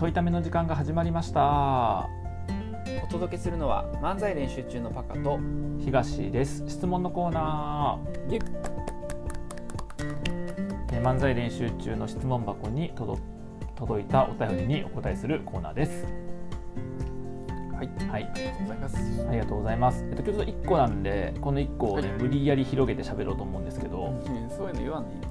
ちょいための時間が始まりました。 お届けするのは漫才練習中のパカと東です。質問のコーナー。漫才練習中の質問箱に届いたお便りにお答えするコーナーです。 はい、ありがとうございます。 ありがとうございます。今日1個なんで、この1個をね、無理やり広げて喋ろうと思うんですけど、 そういうの言わんでいい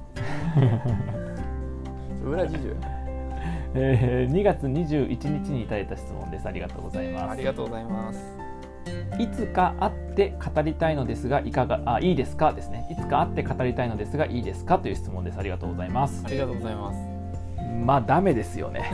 裏事情や。 2月21日にいただいた質問です。ありがとうございます。 ありがとうございます。 いつか会って語りたいのですがいいですかですね。いつか会って語りたいのですがいいですかという質問です。ありがとうございます。 ありがとうございます。 まあダメですよね。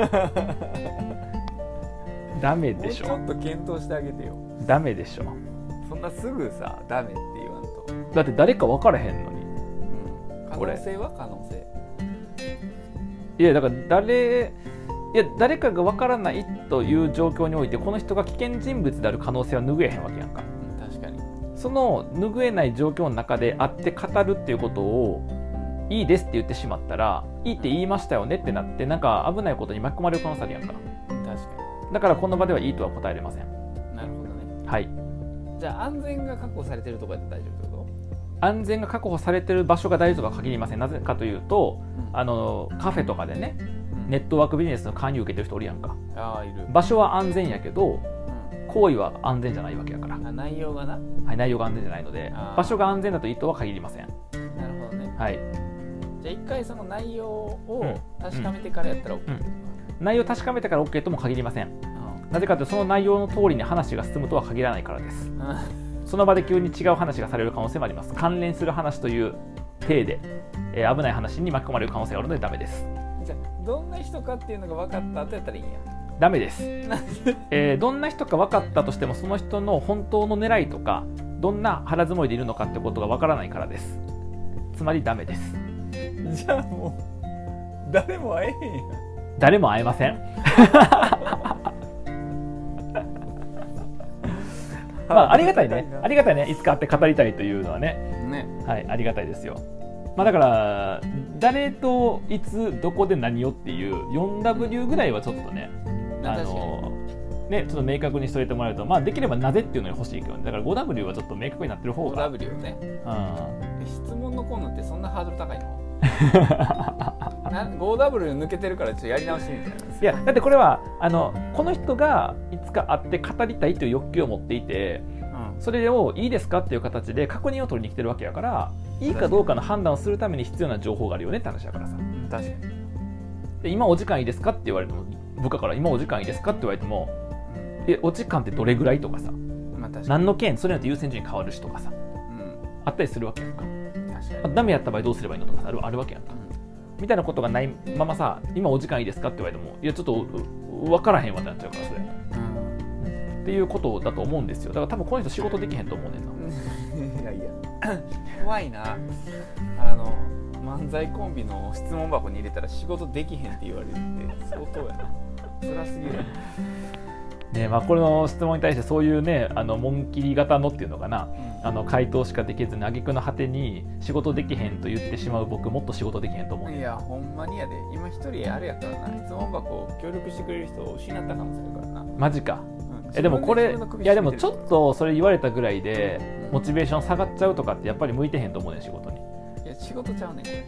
ダメでしょ。 ちょっと検討してあげてよ。 ダメでしょ。 そんなすぐさダメって言わんと。 だって誰か分からへんのに。 可能性は可能性。 いやだから誰かが分からないという状況においてこの人が危険人物である可能性は拭えへんわけやんか。 確かに。 その拭えない状況の中で会って語るっていうことをいいですって言ってしまったら、いいって言いましたよねってなって、なんか危ないことに巻き込まれる可能性あるやんか。 確かだからこの場ではいいとは答えれません。 に。なるほどね。 はい。 じゃあ安全が確保されてるところで大丈夫ってこと？ 安全が確保されてる場所が大丈夫とは限りません。なぜかというと、カフェとかでね、ネットワークビジネスの勧誘受けてる人おるやんか。 あ、いる。 場所は安全やけど、行為は安全じゃないわけやから。 内容がな。 はい、内容が安全じゃないので、場所が安全だといいとは限りません。 なるほどね。 はい。 じゃあ一回その内容を確かめてからやったら OK っていうか。 内容を確かめてから OK とも限りません。なぜかというと、その内容の通りに話が進むとは限らないからです。その場で急に違う話がされる可能性もあります。関連する話という体で、危ない話に巻き込まれる可能性があるのでダメです。 じゃあどんな人かっていうのが分かった後やったらいいんや。 ダメです。どんな人か分かったとしても、その人の本当の狙いとかどんな腹積もりでいるのかってことが分からないからです。つまりダメです。 じゃあもう誰も会えへんやん。 誰も会えません。まあ、ありがたいね。ありがたいね。いつか会って語りたいというのはね。はい、ありがたいですよ。まあ、だから誰といつどこで何をっていう 4W ぐらいはちょっとね、ちょっと明確にしといてもらえると、まあできればなぜっていうのが欲しいけどね。だから 5W はちょっと明確になってる方が。 5W ね。質問のコーナーってそんなハードル高いの？5W 抜けてるからちょっとやり直しみたいな。 いやだってこれはこの人がいつか会って語りたいという欲求を持っていて、それをいいですかっていう形で確認を取りに来てるわけやから、いいかどうかの判断をするために必要な情報があるよねって話だからさ。 確かに。 で今お時間いいですかって言われても、部下から今お時間いいですかって言われても、お時間ってどれぐらいとかさ、何の件それによって優先順位変わるしとかさ、あったりするわけやんか。ダメやった場合どうすればいいのとかさ、あるわけやんか。みたいなことがないままさ、今お時間いいですかって言われても、いやちょっと分からへんわってなっちゃうからそれ、っていうことだと思うんですよ。だから多分この人仕事できへんと思うねんな。 いやいや怖いな。漫才コンビの質問箱に入れたら仕事できへんって言われるって相当やな。辛すぎる。 ね、まあ、これの質問に対してそういうね、紋切り型のっていうのかな、回答しかできずに挙句の果てに仕事できへんと言ってしまう僕、もっと仕事できへんと思う。 いやほんまにやで。今一人あれやからな、質問箱を協力してくれる人を失った可能性あるからな。 マジか。でもこれ、いやでもちょっとそれ言われたぐらいでモチベーション下がっちゃうとかってやっぱり向いてへんと思うね、仕事に。 いや仕事ちゃうねんこれ。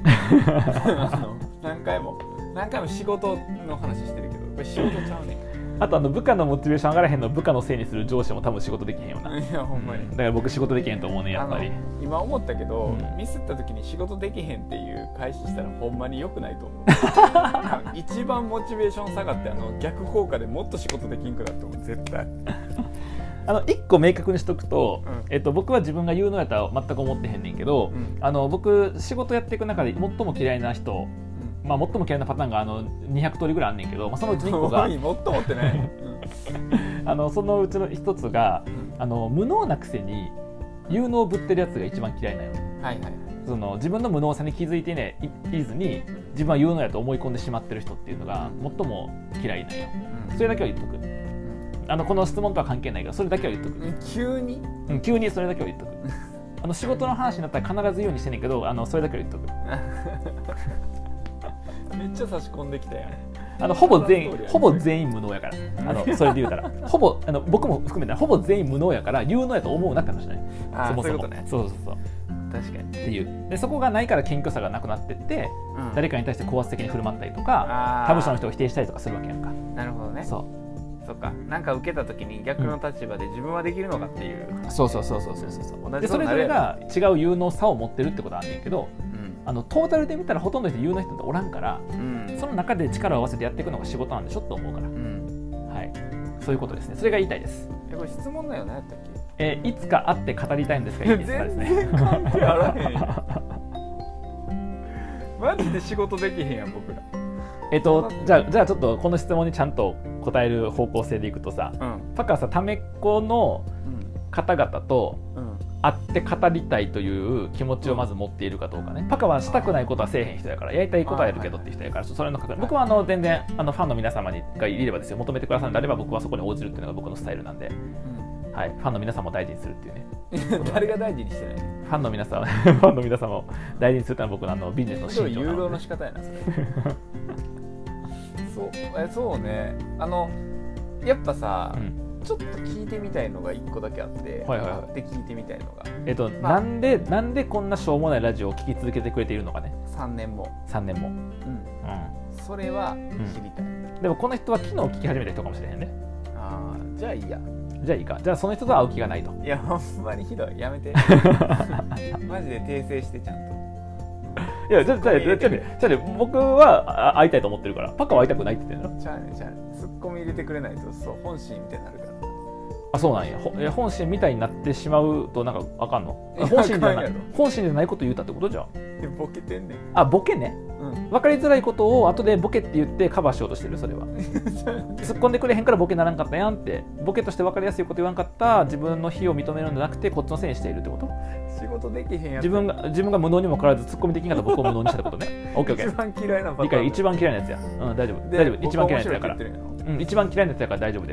何回も仕事の話してるけど、これ仕事ちゃうねん。 あと部下のモチベーション上がらへんの部下のせいにする上司も多分仕事できへんよな。 いやほんまに。 だから僕仕事できへんと思うね、やっぱり。 今思ったけど、ミスった時に仕事できへんっていう返ししたらほんまに良くないと思う。一番モチベーション下がって逆効果でもっと仕事できんくなって思う絶対。 一個明確にしとくと、僕は自分が有能やとは全く思ってへんねんけど、僕仕事やっていく中で最も嫌いな人、まあ、最も嫌いなパターンが200通りぐらいあんねんけど、まあ、そのうちの1個が最もってねそのうちの1つが無能なくせに有能ぶってるやつが一番嫌いなよ。その自分の無能さに気づいてねいずに自分は有能やと思い込んでしまってる人っていうのが最も嫌いなんよ。それだけは言っとく。この質問とは関係ないけどそれだけは言っとく。急にそれだけは言っとく。仕事の話になったら必ず言うようにしてんねんけどそれだけは言っとく。 めっちゃ差し込んできたやん。 ほぼ全員無能やからそれで言うたら僕も含めてほぼ全員無能やから有能やと思うなって話ね。そもそもそういうことね。そう確かにっていうでそこがないから謙虚さがなくなってって、誰かに対して高圧的に振る舞ったりとか他部署の人を否定したりとかするわけやんか。 なるほどね。そうか、なんか受けた時に逆の立場で自分はできるのかっていう、 そうでそれぞれが違う有能さを持ってるってことはあんねんけど、トータルで見たらほとんどの人有能な人っておらんから、その中で力を合わせてやっていくのが仕事なんでしょと思うから、はい、そういうことですね。それが言いたいです。 これ質問だよね。やったっけいつか会って語りたいんですかいいですかですね。全然関係あらへんやんマジで仕事できへんやん僕ら。 じゃあちょっとこの質問にちゃんと答える方向性でいくとさ、パカはさ、ためっ子の方々と会って語りたいという気持ちをまず持っているかどうかね。パカはしたくないことはせえへん人やから、やりたいことはやるけどって人やから、それの僕は全然ファンの皆様がいればですよ、求めてくださるのであれば僕はそこに応じるっていうのが僕のスタイルなんで、はい、ファンの皆様を大事にするっていうね。 誰が大事にしてない？ ファンの皆様を大事にするっていうのは僕のビジネスの信条なので。 誘導の仕方やなそれ。そうね。やっぱさ、ちょっと聞いてみたいのが1個だけあって、で聞いてみたいのが、 なんでこんなしょうもないラジオを聞き続けてくれているのかね。 3年も、それは知りたい。 でもこの人は昨日聞き始めた人かもしれへんね。 じゃあいいや。 じゃあいいか。じゃあその人とは会う気がないと。 いやほんまにひどい、やめてマジで訂正してちゃんと。 いや、じゃあ僕は会いたいと思ってるから。パカは会いたくないって言ってるの？ ちゃうねツッコミ入れてくれないと本心みたいになるから。 そうなんや。本心みたいになってしまうとなんかあかんの？本心じゃないこと言うたってことじゃん。 ボケてんねん。 ボケね。分かりづらいことを後でボケって言ってカバーしようとしてる。それは突っ込んでくれへんからボケならんかったやんって、ボケとして分かりやすいこと言わんかった自分の非を認めるんじゃなくてこっちのせいにしているってこと。 仕事できへんやつ。 自分が無能にもかかわらず突っ込みできんかった僕を無能にしたってことね。オッケー。 一番嫌いなパターン。 理解。一番嫌いなやつや。大丈夫。一番嫌いなやつやから。一番嫌いなやつやから大丈夫です。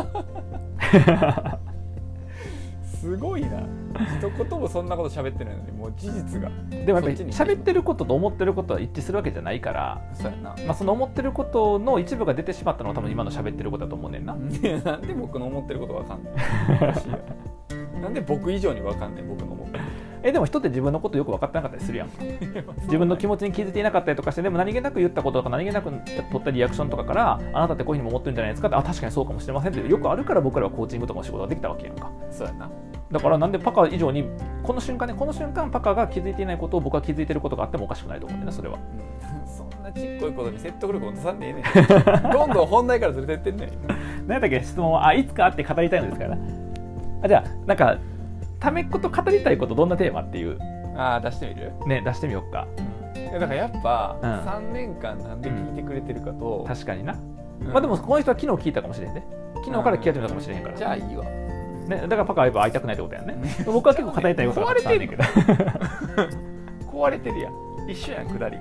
すごいな。一言もそんなこと喋ってないのにもう事実が。 でもやっぱり喋ってることと思ってることは一致するわけじゃないから、 そうやな。 その思ってることの一部が出てしまったのが多分今の喋ってることだと思うねんな。 なんで僕の思ってることわかんないなんで僕以上にわかんない僕の思ってる。 でも人って自分のことよく分かってなかったりするやんか自分の気持ちに気づいていなかったりとかして、でも何気なく言ったこととか何気なく取ったリアクションとかから、あなたってこういうふうにも思ってるんじゃないですかって、確かにそうかもしれませんってよくあるから、僕らはコーチングとかの仕事ができたわけやんか。 そうやな。 だからなんでパカ以上にこの瞬間パカが気づいていないことを僕は気づいていることがあってもおかしくないと思うんだよね、それは。 そんなちっこいことに説得力を出さんでええねんどんどん本題からずれてってんねん何だっけ質問は、いつか会って語りたいのですからじゃあなんかためっこと語りたいことどんなテーマっていう出してみるね、出してみようか。 だからやっぱ、3年間なんで聞いてくれてるかと、 確かにな、でもこの人は昨日聞いたかもしれんね。昨日から聞き始めたかもしれへんから、 じゃあいいわ、 ね、だからパカはやっぱ会いたくないってことやんね僕は結構語りたいことがたくさんあるんだけど壊れてるやん、一緒やん、下りが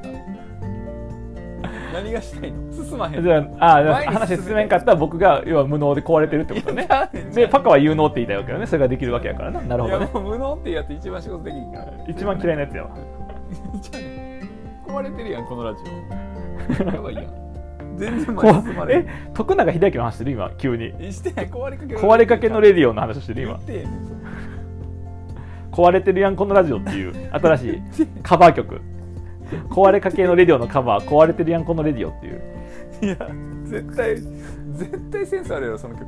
何がしたいの？進まへん。 じゃあ話進めんかったら僕が要は無能で壊れてるってことね。でパカは有能って言いたいわけよね。それができるわけやからな。なるほどね。 いやもう無能ってやつ一番仕事できんから。 一番嫌いなやつやわ。 壊れてるやんこのラジオ。やばいやん。全然前進まれん。 徳永英明の話してる今急に。 してない。壊れかけのレディオの話してる今。壊れてるやんこのラジオっていう新しいカバー曲。壊れかけのレディオのカバー、壊れてるやんこのレディオっていう。 いや絶対センスあるやろその曲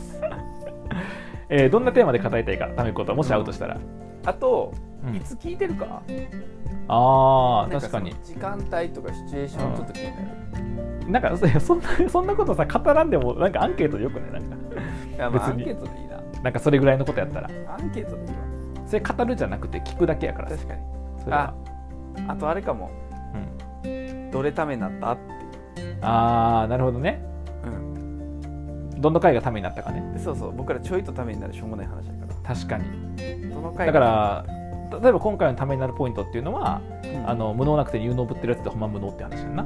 どんなテーマで語りたいかためことはもし会うとしたら、 あと、いつ聞いてるか。 確かに時間帯とかシチュエーションちょっと気になる。 なんかそんなことさ語らんでもなんかアンケートでよくない？なんかいや、まあ、アンケートでいいな。 なんかそれぐらいのことやったらアンケートでいいわ。 それ語るじゃなくて聞くだけやから。 確かに。あとあれかも、どれためになったっていう。 なるほどね。どの回がためになったかね。 そうそう、僕らちょいとためになるしょうもない話だから。 確かに。 どの回だから例えば今回のためになるポイントっていうのは、無能なくて有能ぶってるやつってほんま無能って話やんな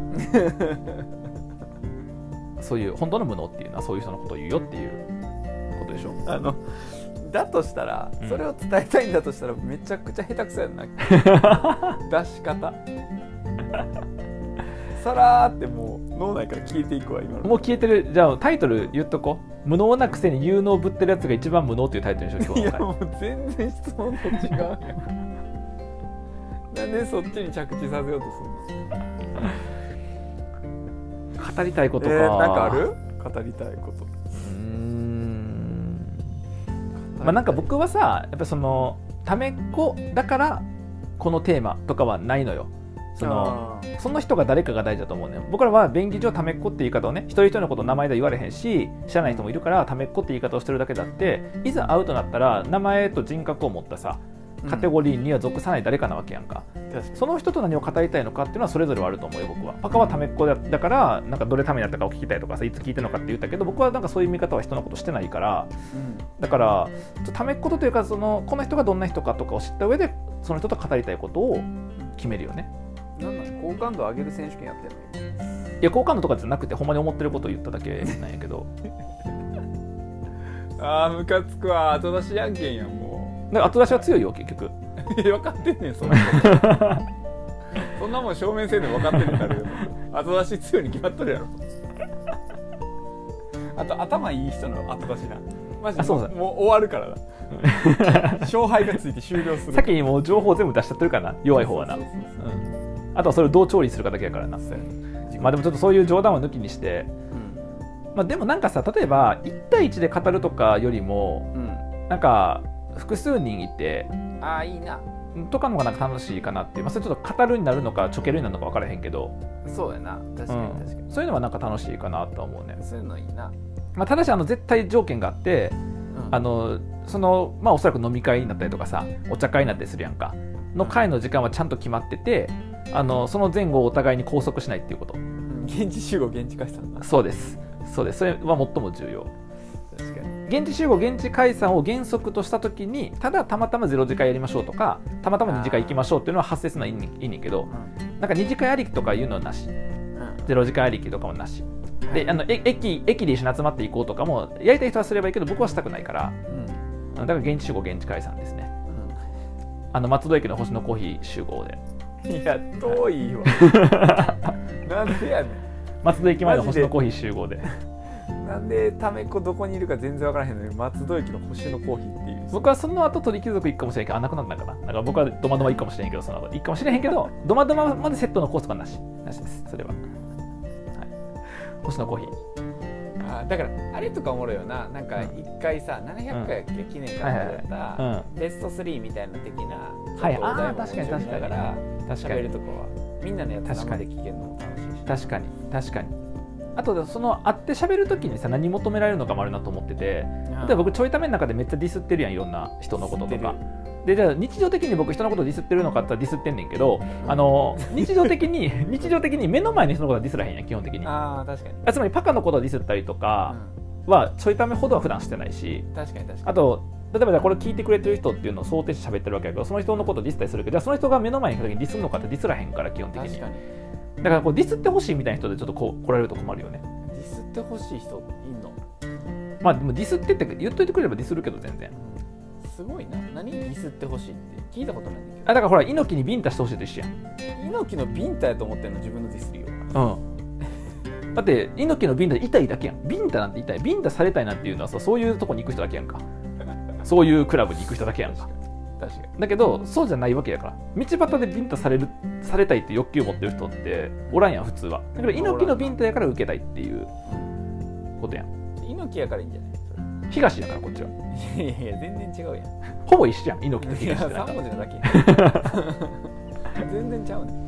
そういう本当の無能っていうのはそういう人のことを言うよっていうことでしょ。 だとしたら、それを伝えたいんだとしたらめちゃくちゃ下手くそやんな出し方さらーってもう脳内から消えていくわ今の。 もう消えてる。じゃあタイトル言っとこう。無能なくせに有能ぶってるやつが一番無能っていうタイトルにしよう。 いやもう全然質問と違うやん。なんでそっちに着地させようとするんですか。 語りたいことか。 なんかある？語りたいこと。 まあなんか僕はさ、やっぱそのためっ子だからこのテーマとかはないのよ。その人が誰かが大事だと思うね。僕らは便宜上ためっ子って言い方をね、一人一人のことを名前で言われへんし、知らない人もいるからためっ子って言い方をしてるだけだって、いざ会うとなったら名前と人格を持ったさカテゴリーには属さない誰かなわけやんか。その人と何を語りたいのかっていうのはそれぞれはあると思うよ僕は。パカはためっ子だからなんかどれためになったかを聞きたいとかさ、いつ聞いてるのかって言ったけど、僕はなんかそういう見方は人のことしてないから、だからためっ子というかこの人がどんな人かとかを知った上でその人と語りたいことを決めるよね。 なんなん好感度上げる選手権やってるの？いや好感度とかじゃなくてほんまに思ってることを言っただけなんやけどムカつくわ。後出しやんけんやん。もうだから後出しは強いよ結局。 分かってんねんそんなそんなもん証明せんで分かってんねんだけど後出し強いに決まっとるやろ。あと頭いい人の後出しなマジでもう終わるからだ勝敗がついて終了する。 先にもう情報全部出しちゃってるからな、弱い方はな。あとはそれをどう調理するかだけやからな。まあでもちょっとそういう冗談を抜きにして、まあでもなんかさ、例えば1対1で語るとかよりも、なんか複数人いていいなとかのがなんか楽しいかなっていう、まあ、それちょっと語るになるのかちょけるになるのか分からへんけど、 そうやな、確かに確かに、 そういうのはなんか楽しいかなと思うね。 そういうのいいな。 まあ、ただし絶対条件があって、まあ、おそらく飲み会になったりとかさ、お茶会になったりするやんかの会の時間はちゃんと決まってて、その前後をお互いに拘束しないっていうこと。 現地集合現地解散だ。 そうですそうです。それは最も重要。 確かに現地集合現地解散を原則としたときに、たまたま0次会やりましょうとかたまたま2次会行きましょうっていうのは発生するのはいいねんけど、なんか2次会ありきとかいうのはなし、0次会ありきとかもなしで、駅で一緒に集まっていこうとかもやりたい人はすればいいけど僕はしたくないから、だから現地集合現地解散ですね。松戸駅の星のコーヒー集合で。 いや遠いわなんでやねん。 松戸駅前の星のコーヒー集合で。 なんでためっ子どこにいるか全然分からへんのに松戸駅の星のコーヒーっていう。 僕はその後鳥貴族行くかもしれんけど、なくなったんかな。だから僕はドマドマ行くかもしれんけど、その後行くかもしれへんけど、ドマドマまでセットのコースとかなしですそれは。はい、星のコーヒー。 だからあれとかおもろいよな。なんか一回さ、700回やっけ、記念会やったベスト3みたいな的なお題も持ちながら喋るとこはみんなのやつ生で聞けるのも楽しいし。 確かに確かに。あと会って喋るときにさ、何求められるのかもあるなと思ってて、例えば僕ちょいための中でめっちゃディスってるやん、いろんな人のこととかで。じゃあ日常的に僕人のことディスってるのかって言ったらディスってんねんけど、日常的に目の前の人のことはディスらへんやん基本的に。 確かに。 つまりパカのことをディスったりとかはちょいためほどは普段してないし、 確かに確かに。 あと例えばじゃあこれ聞いてくれてる人っていうのを想定して喋ってるわけやけど、その人のことをディスったりするけど、じゃあその人が目の前に来た時にディスるのかってディスらへんから基本的に。 確かに。 だからディスってほしいみたいな人でちょっと来られると困るよね。 ディスってほしい人いんの？ まあでもディスってって言っといてくれればディスるけど全然。 すごいな。何ディスってほしいって聞いたことないんだけど。 だからほら猪木にビンタしてほしいと一緒やん。 猪木のビンタやと思ってんの自分のディスるよ。 だって猪木のビンタ痛いだけやん。ビンタなんて痛い。ビンタされたいなんていうのはそういうとこに行く人だけやんか。そういうクラブに行く人だけやんか。 確かに。 だけどそうじゃないわけやから、道端でビンタされたいって欲求を持ってる人っておらんやん普通は。だから猪木のビンタやから受けたいっていうことやん。 猪木やからいいんじゃない？ 東やからこっちは。 いやいや全然違うやん。 ほぼ一緒やん猪木と東って。 3文字のだけ全然ちゃうねん。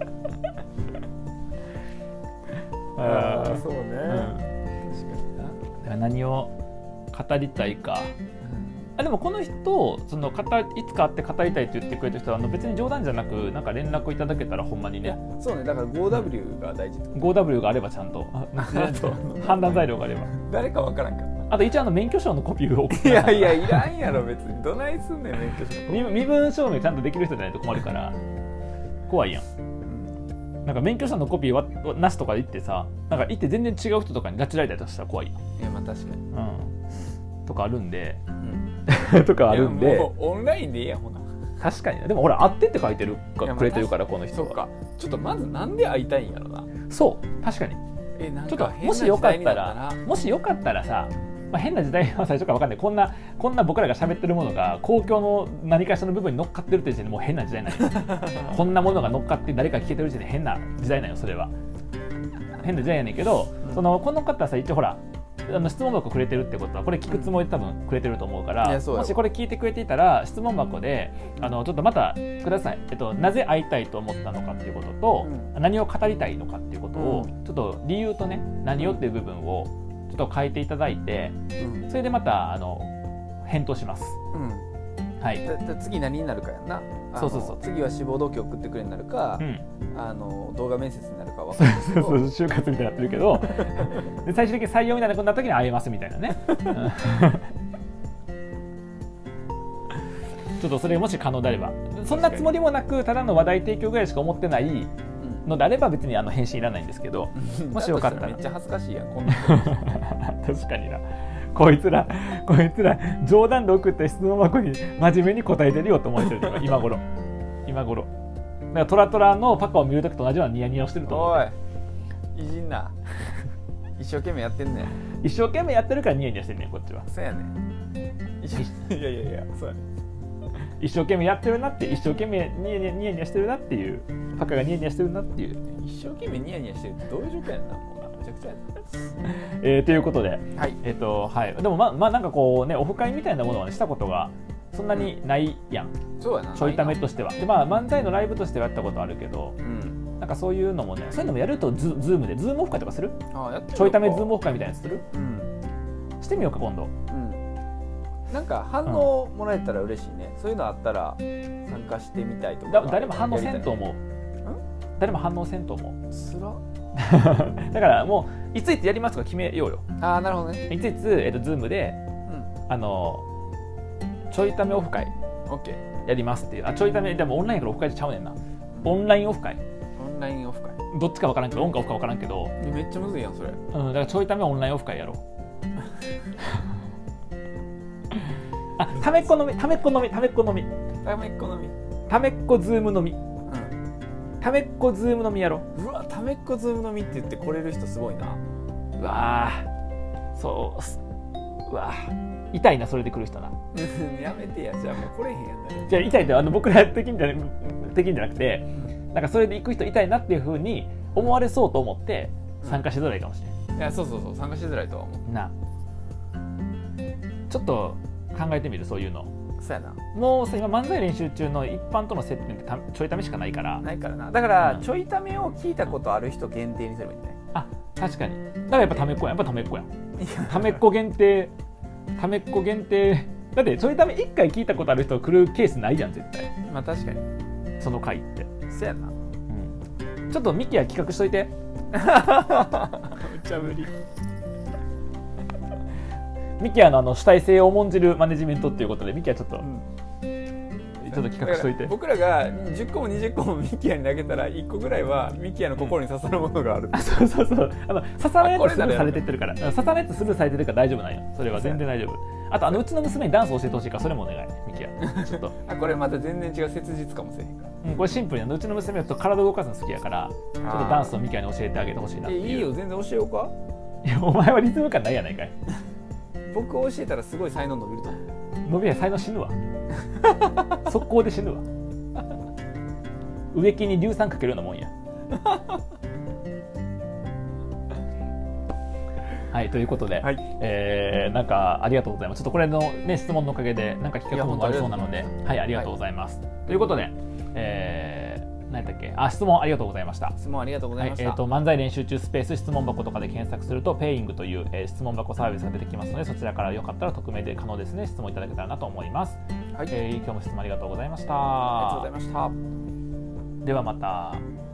そうね、確かにな。 何を語りたいか。でもこの人いつか会って語りたいって言ってくれた人は別に冗談じゃなくなんか連絡いただけたらほんまにね。 そうね、だから 5W が大事。 5W があればちゃんと判断材料があれば。 誰かわからんかった。 あと一応免許証のコピーを送って。 いやいやいらんやろ別に。どないすんねん免許証。 身分証明ちゃんとできる人じゃないと困るから怖いやん。なんか免許証のコピーはなしとか言ってさ、なんか言って全然違う人とかに拉致られたりとしたら怖いやん。 いやまあ確かに。 とかあるんで、とかあるんで。 もうオンラインでいいやんほな。 確かに。でもほら会ってって書いてるくれてるからこの人は。 そうか。ちょっとまずなんで会いたいんやろな。 そう確かになんちょっとか変な時代になったな。 もしよかったらさ、まあ、変な時代は最初から分かんないこんな僕らが喋ってるものが公共の何かしらの部分に乗っかってるって時点でもう変な時代なんよこんなものが乗っかって誰か聞けてる時点で変な時代なんよそれは変な時代やねんけど、この方はさ一応ほら質問箱くれてるってことはこれ聞くつもりで多分くれてると思うから、もしこれ聞いてくれていたら質問箱でちょっとまたください、なぜ会いたいと思ったのかっていうことと、何を語りたいのかっていうことを、ちょっと理由とね何をっていう部分をちょっと書いていただいて、それでまた返答します、はい、 次何になるかやんな。 そう次は志望動機を送ってくれになるか、動画面接になるか分かんないけど就活みたいになってるけどで最終的に採用みたいなことになった時に会えますみたいなねちょっとそれもし可能であればそんなつもりもなくただの話題提供ぐらいしか思ってないのであれば別に返信いらないんですけどもしよかったらめっちゃ恥ずかしいやんこんな確かになこいつら冗談で送った質問箱に真面目に答えてるよと思ってる今頃だからトラトラのパカを見るときと同じようなニヤニヤをしてると思う。 おいいじんな一生懸命やってんねん一生懸命やってるからニヤニヤしてんねんこっちは。 そうやねんいやそうやねん一生懸命やってるなって一生懸命ニヤニヤしてるなっていうパカがニヤニヤしてるなっていう一生懸命ニヤニヤしてるってどういう状況やんなもうめちゃくちゃやなということで、はいでもまあなんかこうねオフ会みたいなものは、ね、したことがそんなにないやん、 そうやなちょいためとしてはで、まあ、漫才のライブとしてはやったことあるけど、なんかそういうのもねそういうのもやるとズームオフ会とかするちょいためズームオフ会みたいなやつする、してみようか今度、 なんか反応もらえたら嬉しいね、そういうのあったら参加してみたいとか。 誰も反応せんと思う。誰も反応せんと思う。 つらだからもういついつやりますとか決めようよ。 ああなるほどね。 いついつズームで、ちょいためオフ会やりますっていう。ちょいためでもオンラインからオフ会ちゃうねんな。オンラインオフ会。どっちか分からんけどオンかオフか分からんけど。 めっちゃむずいやんそれ。 だからちょいためオンラインオフ会やろう。ためっこ飲みためっこズーム飲み、ためっこズーム飲みやろ。 うわためっこズーム飲みって言って来れる人すごいな。 うわうわ痛いなそれで来る人なやめてやじゃあもう来れへんやんじゃあ痛いって僕ら的にじゃなくて、なんかそれで行く人痛いなっていう風に思われそうと思って参加しづらいかもしれない、 いやそう参加しづらいとは思うな。ちょっと考えてみるそういうの。 そうやな。 もうさ今漫才練習中の一般との接点ってちょいためしかないからな。だから、ちょいためを聞いたことある人限定にすればいいんじゃない？ あ確かに。だからやっぱためっこやためっこ限定だってちょいため1回聞いたことある人来るケースないじゃん絶対。 まあ確かにその回ってそうやな、 ちょっとミキは企画しといて無茶ぶりミキは主体性を重んじるマネジメントっていうことでミキはちょっと企画しといて。 僕らが10個も20個もミキヤに投げたら1個ぐらいはミキヤの心に刺さるものがある。 そう刺さないやつスルーされてってるから刺さないやつスルーされてるから大丈夫なんよ。それは全然大丈夫。あとうちの娘にダンス教えてほしいからそれもお願いミキヤちょっとこれまた全然違う切実かもしれへんから、 これシンプルにうちの娘は体動かすの好きやからちょっとダンスをミキヤに教えてあげてほしいなっていう。 いいよ全然教えようか。 いやお前はリズム感ないやないかい。 僕教えたらすごい才能伸びると思う。 伸びや才能死ぬわ速攻で死ぬわ。植木に硫酸かけるようなもんやはいということで、なんかありがとうございます。ちょっとこれの、ね、質問のおかげでなんか企画もありそうなのでありがとうございます、ということで、何だっけ質問ありがとうございました。 質問ありがとうございました。 漫才練習中スペース質問箱とかで検索するとペイングという、質問箱サービスが出てきますのでそちらからよかったら匿名で可能ですね質問いただけたらなと思います。今日も質問ありがとうございました。 ありがとうございました。 ではまた。